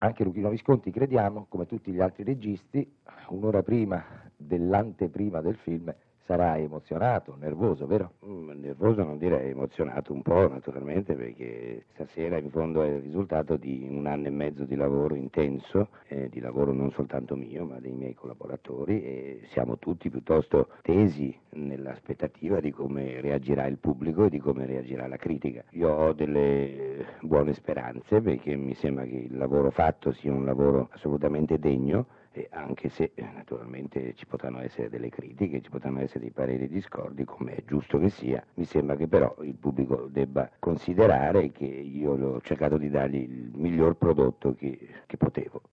Anche Luchino Visconti, crediamo, come tutti gli altri registi, un'ora prima dell'anteprima del film sarà emozionato, nervoso, vero? Nervoso non direi, emozionato un po' naturalmente, perché stasera in fondo è il risultato di 1 anno e mezzo di lavoro intenso, di lavoro non soltanto mio ma dei miei collaboratori, e siamo tutti piuttosto tesi nell'aspettativa di come reagirà il pubblico e di come reagirà la critica. Io ho delle buone speranze, perché mi sembra che il lavoro fatto sia un lavoro assolutamente degno, e anche se naturalmente ci potranno essere delle critiche, ci potranno essere dei pareri discordi, come è giusto che sia, mi sembra che però il pubblico debba considerare che io ho cercato di dargli il miglior prodotto che potevo.